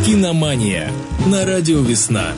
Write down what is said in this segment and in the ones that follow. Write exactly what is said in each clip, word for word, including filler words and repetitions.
Киномания на радио «Весна».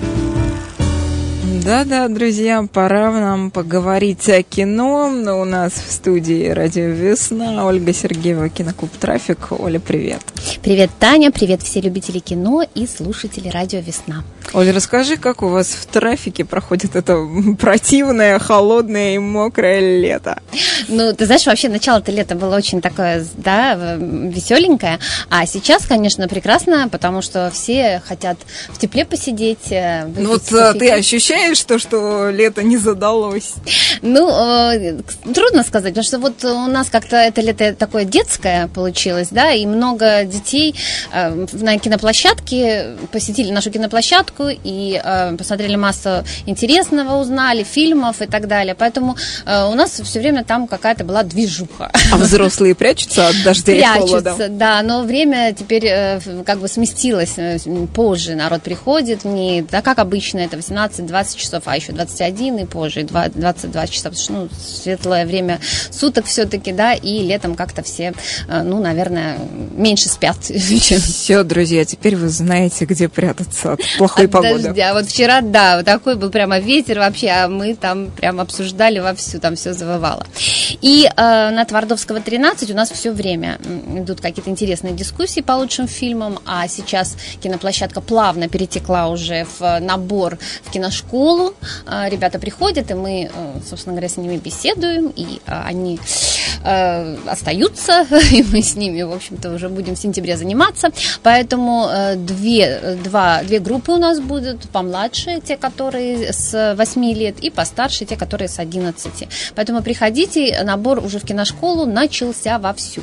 Да-да, друзья, пора нам поговорить о кино. У нас в студии радио «Весна» Ольга Сергеева, киноклуб «Трафик». Оля, привет. Привет, Таня, привет все любители кино и слушатели радио «Весна». Оля, расскажи, как у вас в трафике проходит это противное, холодное и мокрое лето? Ну, ты знаешь, вообще начало-то лета было очень такое, да, веселенькое, а сейчас, конечно, прекрасно, потому что все хотят в тепле посидеть. Ну вот кофейки. Ты ощущаешь то, что лето не задалось? Ну, э, трудно сказать, потому что вот у нас как-то это лето такое детское получилось, да, и много детей э, на киноплощадке посетили нашу киноплощадку и э, посмотрели массу интересного, узнали, фильмов и так далее, поэтому э, у нас все время там какая-то была движуха. А взрослые прячутся от дождя и холода? Прячутся, да, но время теперь э, как бы сместилось, э, позже народ приходит, не да, как обычно, это восемнадцать-двадцать часов, а еще двадцать один и позже, двадцать два часа, потому что, ну, светлое время суток все-таки, да, и летом как-то все, э, ну, наверное, меньше спят. Чем... Все, друзья, теперь вы знаете, где прятаться от плохой от погоды. Дождя. Вот вчера, да, вот такой был прямо ветер вообще, а мы там прям обсуждали вовсю, там все завывало. И э, на Твардовского тринадцать у нас все время идут какие-то интересные дискуссии по лучшим фильмам, а сейчас киноплощадка плавно перетекла уже в набор в киношколу. Э, ребята приходят, и мы, э, собственно говоря, с ними беседуем, и э, они э, остаются, и мы с ними, в общем-то, уже будем в сентябре заниматься. Поэтому э, две, два, две группы у нас будут, помладше, те, которые с восьми лет, и постарше, те, которые с одиннадцати. Поэтому приходите, набор уже в киношколу начался вовсю.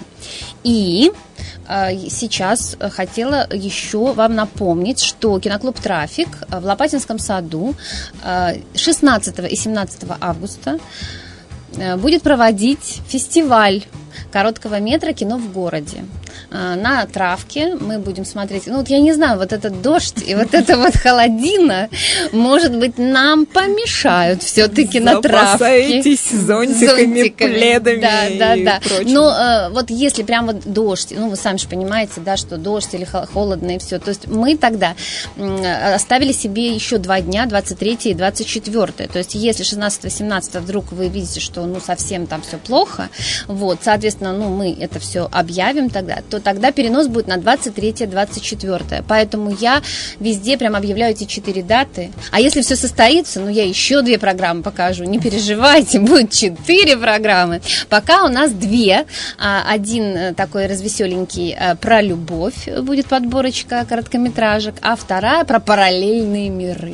И э, сейчас хотела еще вам напомнить, что киноклуб «Трафик» в Лопатинском саду э, шестнадцатого и семнадцатого августа э, будет проводить фестиваль короткого метра «Кино в городе». На травке мы будем смотреть. Ну, вот я не знаю, вот этот дождь и вот эта вот холодина, может быть, нам помешают все-таки на травке. Запасаетесь зонтиками, зонтиками, пледами да, да, и да. прочим. Но э, вот если прям вот дождь, ну, вы сами же понимаете, да, что дождь или холодно и все, то есть мы тогда э, оставили себе еще два дня, двадцать третье и двадцать четвёртое. То есть если шестнадцатого-семнадцатого вдруг вы видите, что, ну, совсем там все плохо, вот, соответственно, ну, мы это все объявим тогда, то тогда перенос будет на двадцать третье - двадцать четвёртое. Поэтому я везде прям объявляю эти четыре даты. А если все состоится, ну, я еще две программы покажу. Не переживайте, будет четыре программы. Пока у нас две. Один такой развеселенький про любовь будет подборочка короткометражек, а вторая про параллельные миры.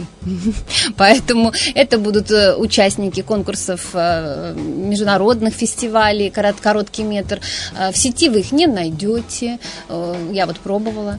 Поэтому это будут участники конкурсов международных фестивалей, короткий метр. В сети вы их не найдете. Я вот пробовала.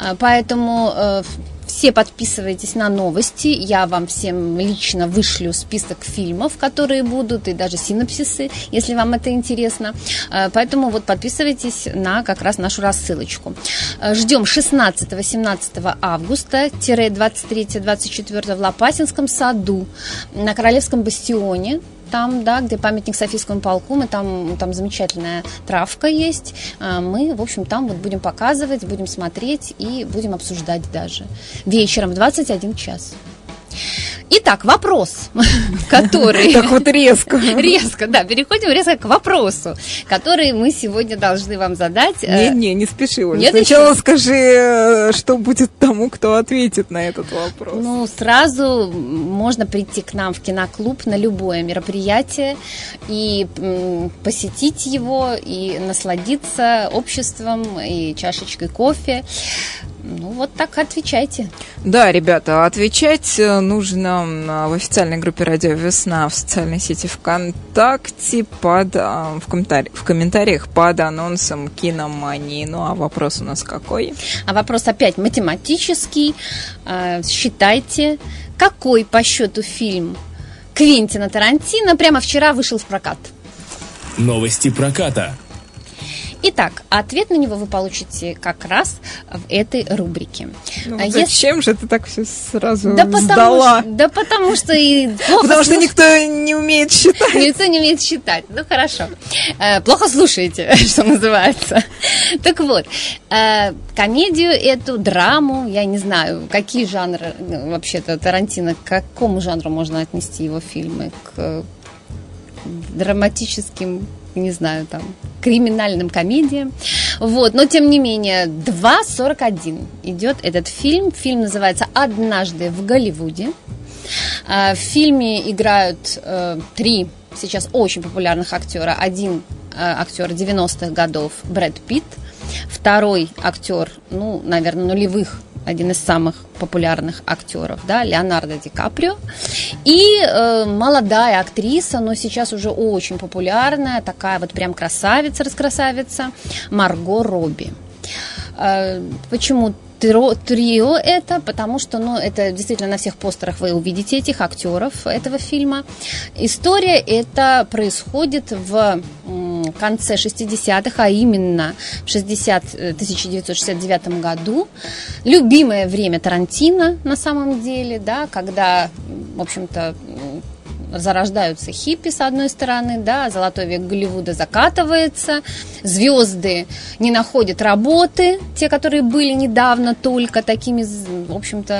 Поэтому все подписывайтесь на новости. Я вам всем лично вышлю список фильмов, которые будут, и даже синопсисы, если вам это интересно. Поэтому вот подписывайтесь на как раз нашу рассылочку. Ждем шестнадцатого-семнадцатого августа, двадцать третьего - двадцать четвёртого в Лопатинском саду, на Королевском бастионе. Там, да, где памятник Софийскому полку, мы там, там замечательная травка есть. Мы, в общем, там вот будем показывать, будем смотреть и будем обсуждать даже. Вечером в двадцать один час. Итак, вопрос, который... Так вот резко. Резко, да, переходим резко к вопросу, который мы сегодня должны вам задать. Не-не, не спеши, Оля. Сначала скажи, что будет тому, кто ответит на этот вопрос. Ну, сразу можно прийти к нам в киноклуб на любое мероприятие и м, посетить его, и насладиться обществом, и чашечкой кофе. Ну, вот так отвечайте. Да, ребята, отвечать нужно в официальной группе «Радио Весна» в социальной сети ВКонтакте под, в, комментари- в комментариях под анонсом «Киномании». Ну, а вопрос у нас какой? А вопрос опять математический. Считайте, какой по счету фильм Квентина Тарантино прямо вчера вышел в прокат? Новости проката. Итак, ответ на него вы получите как раз в этой рубрике. Ну, Если... Зачем же ты так все сразу да сдала? Потому, да потому что и плохо Потому что слуш... никто не умеет считать. Никто не умеет считать. Ну, хорошо. Плохо слушаете, что называется. Так вот, комедию эту, драму, я не знаю, какие жанры вообще-то Тарантино, к какому жанру можно отнести его фильмы? К драматическим, не знаю, там, криминальным комедиям. Вот, но тем не менее, два сорок один идет этот фильм. Фильм называется «Однажды в Голливуде». В фильме играют э, три сейчас очень популярных актера. Один э, актер девяностых годов Брэд Питт, второй актер, ну, наверное, нулевых, один из самых популярных актеров, да, Леонардо Ди Каприо, и э, молодая актриса, но сейчас уже очень популярная, такая вот прям красавица-раскрасавица, Марго Робби. Э, почему трио это? Потому что, ну, это действительно на всех постерах вы увидите этих актеров этого фильма. История эта происходит в конце шестидесятых, а именно в тысяча девятьсот шестьдесят девятом году. Любимое время Тарантино на самом деле, да, когда, в общем-то, зарождаются хиппи, с одной стороны, да, золотой век Голливуда закатывается, звезды не находят работы, те, которые были недавно только такими, в общем-то,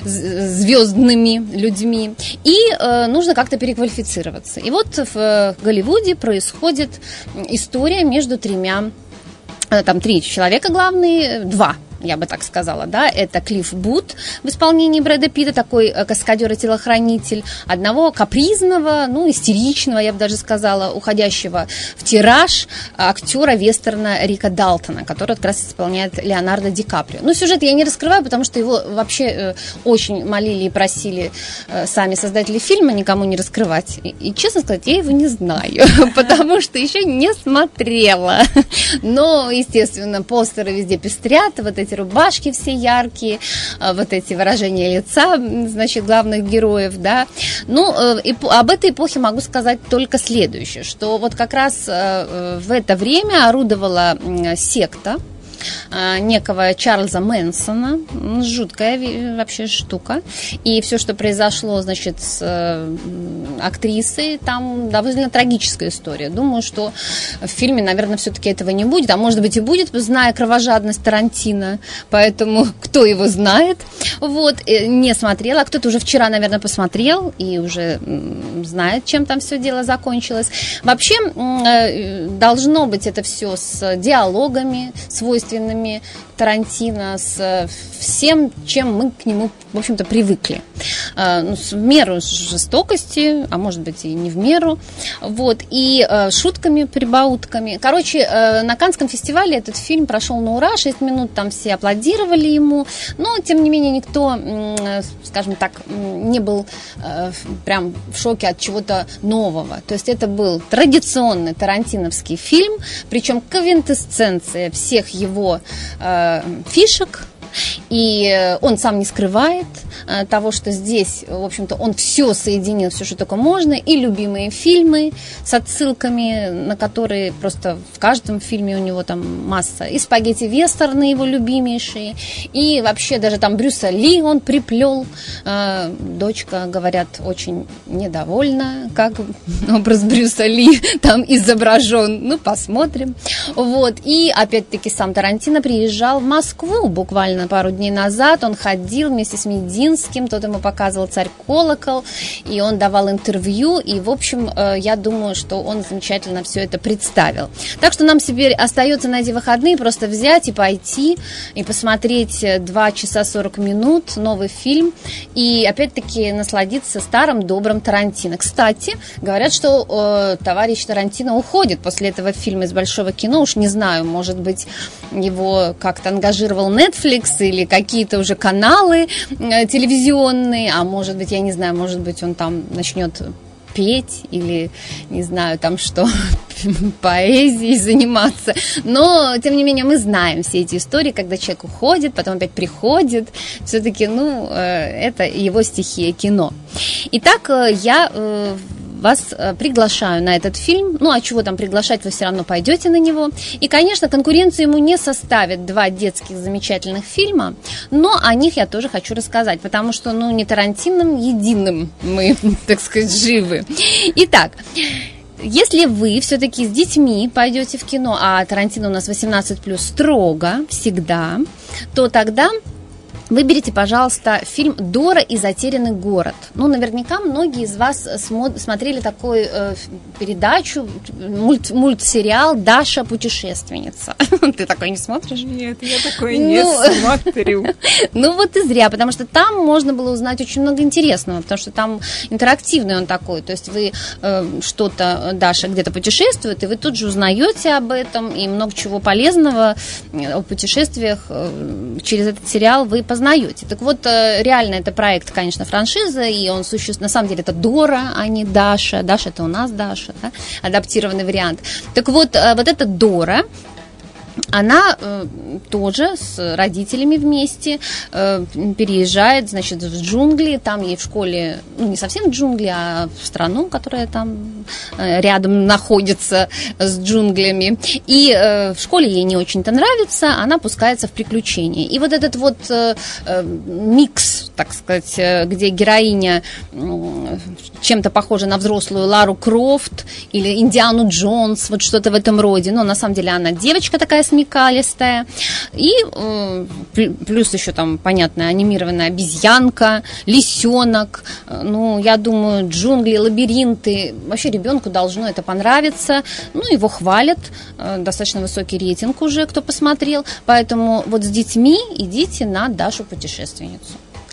звездными людьми, и э, нужно как-то переквалифицироваться. И вот в Голливуде происходит история между тремя, э, там три человека главные, два, я бы так сказала, да, это Клифф Бут в исполнении Брэда Питта, такой каскадер и телохранитель, одного капризного, ну, истеричного, я бы даже сказала, уходящего в тираж актера вестерна Рика Далтона, который как раз исполняет Леонардо Ди Каприо. Ну, сюжет я не раскрываю, потому что его вообще э, очень молили и просили э, сами создатели фильма никому не раскрывать. И, и, честно сказать, я его не знаю, потому что еще не смотрела. Но, естественно, постеры везде пестрят, вот эти рубашки все яркие, вот эти выражения лица, значит, главных героев, да. Ну, и об этой эпохе могу сказать только следующее, что вот как раз в это время орудовала секта некого Чарльза Мэнсона, жуткая вообще штука, и все, что произошло, значит, с актрисой, там довольно трагическая история. Думаю, что в фильме, наверное, все-таки этого не будет, а может быть и будет, зная кровожадность Тарантино, поэтому кто его знает, вот, не смотрела, кто-то уже вчера, наверное, посмотрел и уже знает, чем там все дело закончилось. Вообще, должно быть это все с диалогами, свойственными Тарантино, с всем, чем мы к нему, в общем-то, привыкли. Ну, в меру жестокости, а может быть и не в меру, вот, и шутками, прибаутками. Короче, на Каннском фестивале этот фильм прошел на ура, шесть минут там все аплодировали ему, но, тем не менее, никто, скажем так, не был прям в шоке от чего-то нового. То есть это был традиционный тарантиновский фильм, причем квинтэссенция всех его э, фишек. И он сам не скрывает э, того, что здесь, в общем-то, он все соединил, все, что только можно, и любимые фильмы с отсылками, на которые просто в каждом фильме у него там масса. И спагетти-вестерны его любимейшие, и вообще даже там Брюса Ли он приплел. Э, дочка, говорят, очень недовольна, как образ Брюса Ли там изображен. Ну, посмотрим. Вот. И опять-таки сам Тарантино приезжал в Москву буквально пару дней назад. Он ходил вместе с Мединским, тот ему показывал «Царь-колокол», и он давал интервью, и, в общем, я думаю, что он замечательно все это представил. Так что нам теперь остается на эти выходные просто взять и пойти, и посмотреть два часа сорок минут новый фильм, и, опять-таки, насладиться старым добрым Тарантино. Кстати, говорят, что э, товарищ Тарантино уходит после этого фильма из большого кино, уж не знаю, может быть, его как-то ангажировал Netflix, или какие-то уже каналы э, телевизионные, а может быть, я не знаю, может быть, он там начнет петь или, не знаю, там что, поэзией заниматься. Но, тем не менее, мы знаем все эти истории, когда человек уходит, потом опять приходит. Все-таки, ну, э, это его стихия кино. Итак, я... Э, вас приглашаю на этот фильм. Ну, а чего там приглашать, вы все равно пойдете на него. И, конечно, конкуренцию ему не составит два детских замечательных фильма, но о них я тоже хочу рассказать, потому что, ну, не Тарантином единым мы, так сказать, живы. Итак, если вы все-таки с детьми пойдете в кино, а Тарантино у нас восемнадцать плюс строго всегда, то тогда выберите, пожалуйста, фильм «Дора и затерянный город». Ну, наверняка многие из вас смо- смотрели такую э, передачу, мульт- мультсериал «Даша путешественница». Ты такой не смотришь? Нет, я такой не смотрю. Ну, вот и зря, потому что там можно было узнать очень много интересного, потому что там интерактивный он такой. То есть вы что-то, Даша где-то путешествует, и вы тут же узнаете об этом, и много чего полезного о путешествиях через этот сериал вы познаете. Познаете. Так вот, реально это проект, конечно, франшиза, и он существует, на самом деле это Дора, а не Даша. Даша это у нас Даша, да? Адаптированный вариант. Так вот, вот эта Дора, она э, тоже с родителями вместе э, переезжает, значит, в джунгли, там ей в школе, ну, не совсем в джунгли, а в страну, которая там э, рядом находится с джунглями, и э, в школе ей не очень-то нравится, она пускается в приключения. И вот этот вот э, э, микс, так сказать, э, где героиня э, чем-то похожа на взрослую Лару Крофт или Индиану Джонс, вот что-то в этом роде, но на самом деле она девочка такая смекалистая, и э, плюс еще там, понятно, анимированная обезьянка, лисенок, ну, я думаю, джунгли, лабиринты, вообще ребенку должно это понравиться, ну, его хвалят, э, достаточно высокий рейтинг уже, кто посмотрел, поэтому вот с детьми идите на Дашу путешественницу.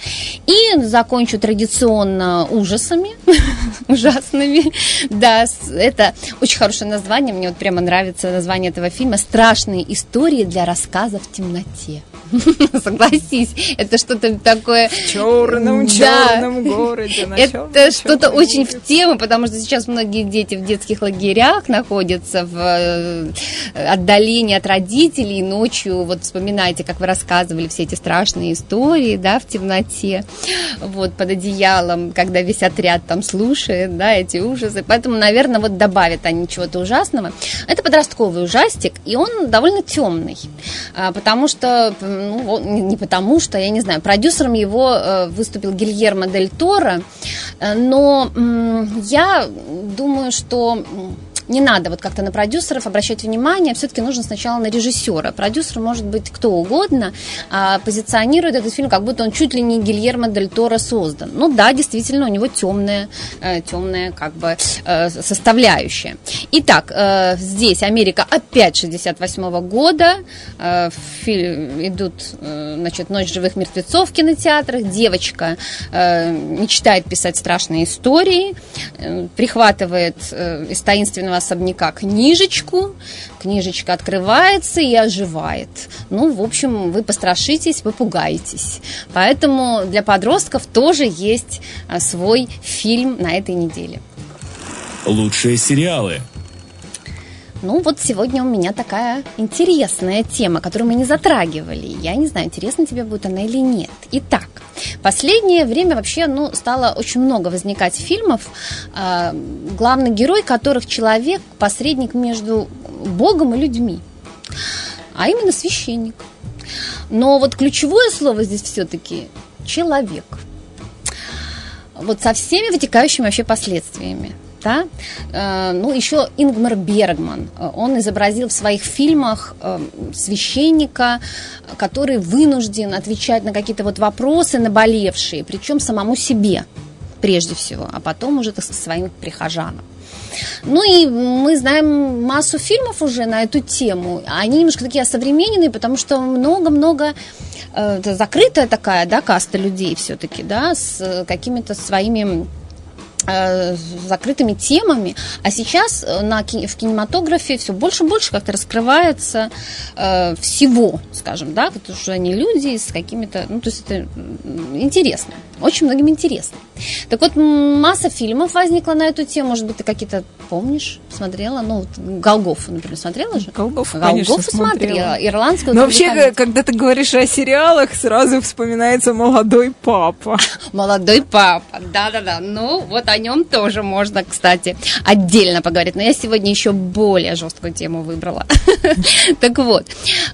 И закончу традиционно ужасами, ужасными. Да, это очень хорошее название, мне вот прямо нравится название этого фильма «Страшные истории для рассказа в темноте». Согласись, это что-то такое... В черном, да, черном городе. Это черном, что-то черном очень городе. в тему, потому что сейчас многие дети в детских лагерях находятся в отдалении от родителей. Ночью, вот вспоминайте, как вы рассказывали все эти страшные истории, да, в темноте, вот, под одеялом, когда весь отряд там слушает, да, эти ужасы. Поэтому, наверное, вот добавят они чего-то ужасного. Это подростковый ужастик, и он довольно темный, потому что... Ну, не потому что, я не знаю, продюсером его э, выступил Гильермо дель Торо, но э, я думаю, что не надо вот как-то на продюсеров обращать внимание, все-таки нужно сначала на режиссера. Продюсер может быть кто угодно, а позиционирует этот фильм, как будто он чуть ли не Гильермо дель Торо создан. Ну да, действительно, у него темная, э, темная как бы э, составляющая. Итак, э, здесь Америка опять шестьдесят восьмого года, э, фильм, идут, э, значит, «Ночь живых мертвецов» в кинотеатрах, девочка э, мечтает писать страшные истории, э, прихватывает э, из таинственного особняка книжечку, книжечка открывается и оживает. Ну, в общем, вы пострашитесь, вы пугаетесь. Поэтому для подростков тоже есть свой фильм на этой неделе. Лучшие сериалы. Ну, вот сегодня у меня такая интересная тема, которую мы не затрагивали. Я не знаю, интересна тебе будет она или нет. Итак, последнее время вообще, ну, стало очень много возникать фильмов, э, главный герой которых человек, посредник между Богом и людьми, а именно священник. Но вот ключевое слово здесь все-таки человек. Вот со всеми вытекающими вообще последствиями. Да? Ну, еще Ингмар Бергман, он изобразил в своих фильмах священника, который вынужден отвечать на какие-то вот вопросы наболевшие, причем самому себе прежде всего, а потом уже, так сказать, своим прихожанам. Ну и мы знаем массу фильмов уже на эту тему. Они немножко такие осовремененные, потому что много-много э, закрытая такая, да, каста людей все-таки, да, с какими-то своими закрытыми темами, а сейчас на, в кинематографе все больше и больше как-то раскрывается э, всего, скажем, да, потому что они люди с какими-то, ну, то есть это интересно, очень многим интересно. Так вот, масса фильмов возникла на эту тему, может быть, ты какие-то помнишь, смотрела, ну, Голгофу, например, смотрела же? Голгофу, Голгофу конечно, смотрела. смотрела, ирландскую. Но вообще, когда ты говоришь о сериалах, сразу вспоминается «Молодой папа». «Молодой папа», да-да-да, ну, вот о нем тоже можно, кстати, отдельно поговорить. Но я сегодня еще более жесткую тему выбрала. Так вот,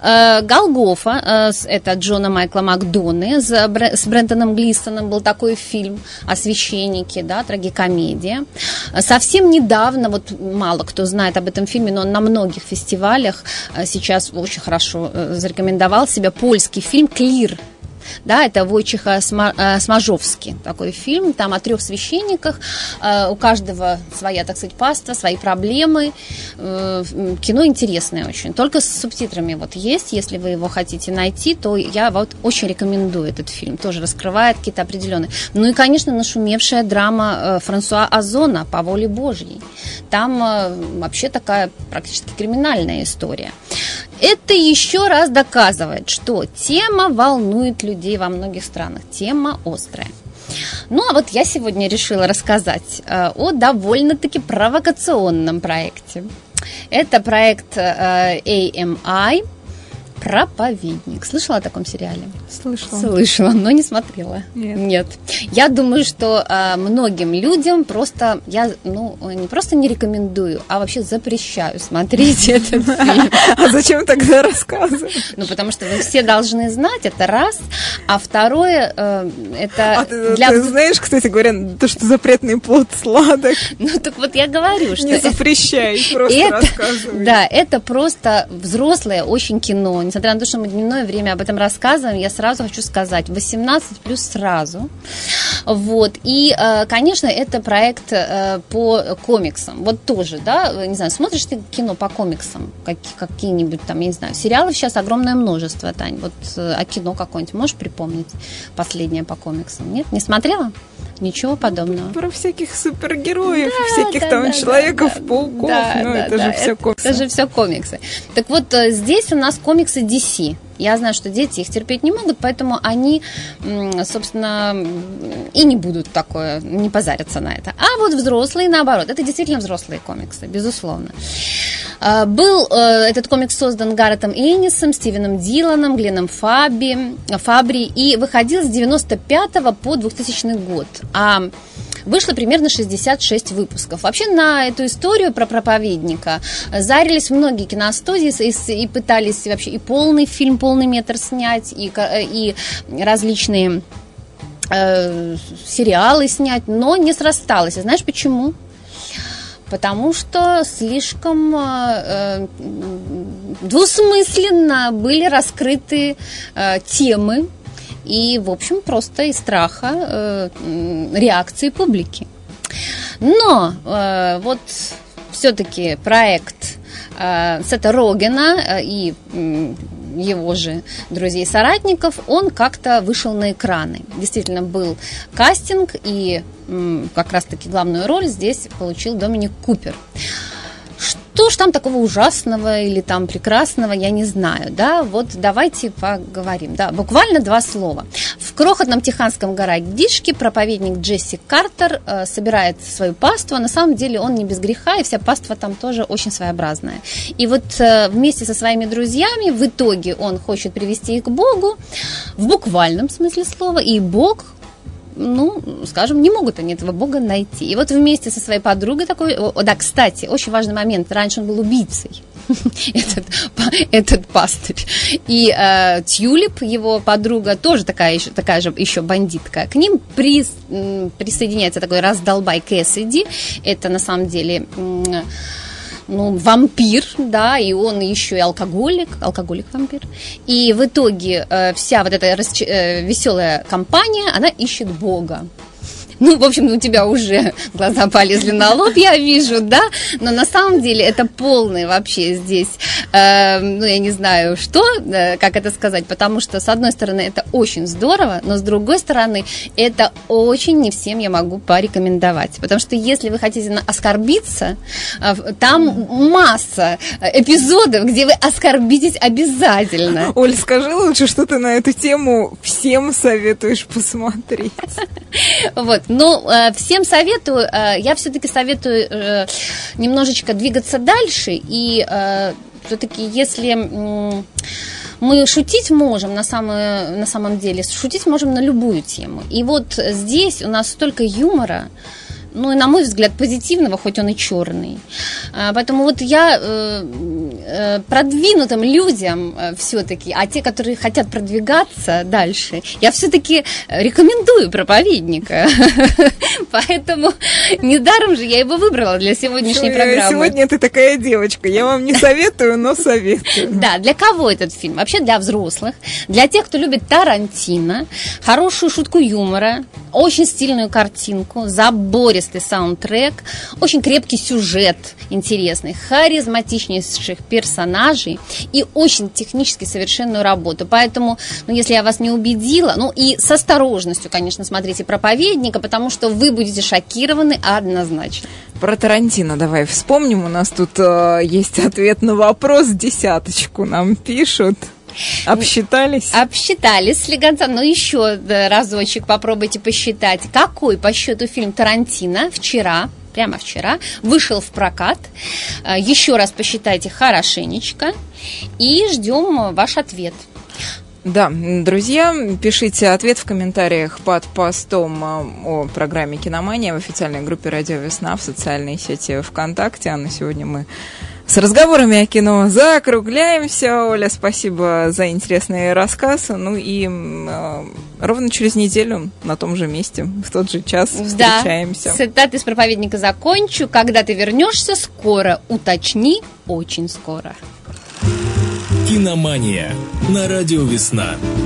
«Голгофа», это Джона Майкла Макдоны с Брентоном Глистоном, был такой фильм о священнике, да, трагикомедия. Совсем недавно, вот мало кто знает об этом фильме, но он на многих фестивалях сейчас очень хорошо зарекомендовал себя, польский фильм «Клир». Да, это Войчеха Смажовский такой фильм, там о трех священниках, у каждого своя, так сказать, паства, свои проблемы. Кино интересное очень, только с субтитрами вот есть, если вы его хотите найти, то я вот очень рекомендую этот фильм, тоже раскрывает какие-то определенные. Ну и, конечно, нашумевшая драма Франсуа Озона «По воле Божьей». Там вообще такая практически криминальная история. Это еще раз доказывает, что тема волнует людей во многих странах. Тема острая. Ну, а вот я сегодня решила рассказать э, о довольно-таки провокационном проекте. Это проект э, эй эм ай «Проповедник». Слышала о таком сериале? Слышала. Слышала, но не смотрела. Нет. Нет. Я думаю, что э, многим людям просто, я, ну, не просто не рекомендую, а вообще запрещаю смотреть этот фильм. А зачем тогда рассказывать? Ну, потому что вы все должны знать, это раз. А второе, э, это... А ты, для... ты знаешь, кстати говоря, то, что запретный плод сладок. Ну, так вот я говорю, что... Не запрещай, просто это, рассказывай. Да, это просто взрослое очень кино. Несмотря на то, что мы дневное время об этом рассказываем, я сразу хочу сказать, восемнадцать плюс сразу. Вот. И, конечно, это проект по комиксам. Вот тоже, да, не знаю, смотришь ты кино по комиксам, какие-нибудь там, я не знаю, сериалов сейчас огромное множество, Тань. Вот, а кино какое-нибудь можешь припомнить последнее по комиксам? Нет? Не смотрела? Ничего подобного. Про всяких супергероев, да, всяких да, там да, Человеков-пауков, да, ну да, это да, же все это, комиксы. Это же все комиксы. Так вот, здесь у нас комиксы ди си. Я знаю, что дети их терпеть не могут, поэтому они, собственно, и не будут такое, не позарятся на это. А вот взрослые, наоборот, это действительно взрослые комиксы, безусловно. Был этот комикс создан Гарретом Эннисом, Стивеном Диланом, Гленном Фаби, Фабри и выходил с девяносто пятого по двухтысячный год. А вышло примерно шестьдесят шесть выпусков. Вообще на эту историю про проповедника зарились многие киностудии и, и пытались вообще и полный фильм, полный метр снять, и, и различные э, сериалы снять, но не срасталось. И знаешь почему? Потому что слишком э, двусмысленно были раскрыты э, темы, и, в общем, просто из страха э, реакции публики. Но э, вот все-таки проект э, Сета Рогена э, и э, его же друзей-соратников, он как-то вышел на экраны. Действительно, был кастинг, и э, как раз-таки главную роль здесь получил Доминик Купер. Что ж там такого ужасного или там прекрасного, я не знаю, да, вот давайте поговорим, да, буквально два слова. В крохотном техасском городишке проповедник Джесси Картер э, собирает свою паству, а на самом деле он не без греха, и вся паства там тоже очень своеобразная. И вот э, вместе со своими друзьями в итоге он хочет привести их к Богу, в буквальном смысле слова, и Бог... ну, скажем, не могут они этого Бога найти. И вот вместе со своей подругой такой... О, да, кстати, очень важный момент. Раньше он был убийцей, этот, этот пастырь. И э, Тюлип, его подруга, тоже такая, еще, такая же еще бандитка. К ним при, присоединяется такой раздолбай Кэссиди. Это на самом деле... ну, вампир, да, и он еще и алкоголик, алкоголик-вампир. И в итоге э, вся вот эта расч... э, веселая компания, она ищет Бога. Ну, в общем, у тебя уже глаза полезли на лоб, я вижу, да, но на самом деле это полный вообще здесь, э, ну, я не знаю, что, э, как это сказать, потому что, с одной стороны, это очень здорово, но с другой стороны, это очень не всем я могу порекомендовать, потому что если вы хотите оскорбиться, э, там масса эпизодов, где вы оскорбитесь обязательно. Оль, скажи лучше, что ты на эту тему всем советуешь посмотреть. Вот. Но э, всем советую, э, я все-таки советую э, немножечко двигаться дальше, и э, все-таки если э, мы шутить можем на, самое, на самом деле, шутить можем на любую тему. И вот здесь у нас столько юмора, ну, и, на мой взгляд, позитивного, хоть он и черный. Поэтому вот я э, продвинутым людям все-таки, а те, которые хотят продвигаться дальше, я все-таки рекомендую «Проповедника». Поэтому недаром же я его выбрала для сегодняшней программы. Сегодня ты такая девочка, я вам не советую, но советую. Да, для кого этот фильм? Вообще для взрослых, для тех, кто любит Тарантино, хорошую шутку юмора, очень стильную картинку, забористый саундтрек, очень крепкий сюжет интересный, харизматичнейших персонажей и очень технически совершенную работу. Поэтому, ну, если я вас не убедила, ну и с осторожностью, конечно, смотрите «Проповедника», потому что вы будете шокированы однозначно. Про Тарантино давай вспомним. У нас тут э, есть ответ на вопрос, десяточку нам пишут. Обсчитались? Обсчитались слегонца, но еще разочек попробуйте посчитать, какой по счету фильм Тарантино вчера, прямо вчера, вышел в прокат. Еще раз посчитайте хорошенечко и ждем ваш ответ. Да, друзья, пишите ответ в комментариях под постом о программе «Киномания» в официальной группе «Радио Весна» в социальной сети ВКонтакте. А на сегодня мы с разговорами о кино закругляемся. Оля, спасибо за интересный рассказ. Ну и э, ровно через неделю на том же месте, в тот же час встречаемся. Да, цитаты из «Проповедника» закончу. Когда ты вернешься, скоро. Уточни, очень скоро. «Киномания» на радио «Весна».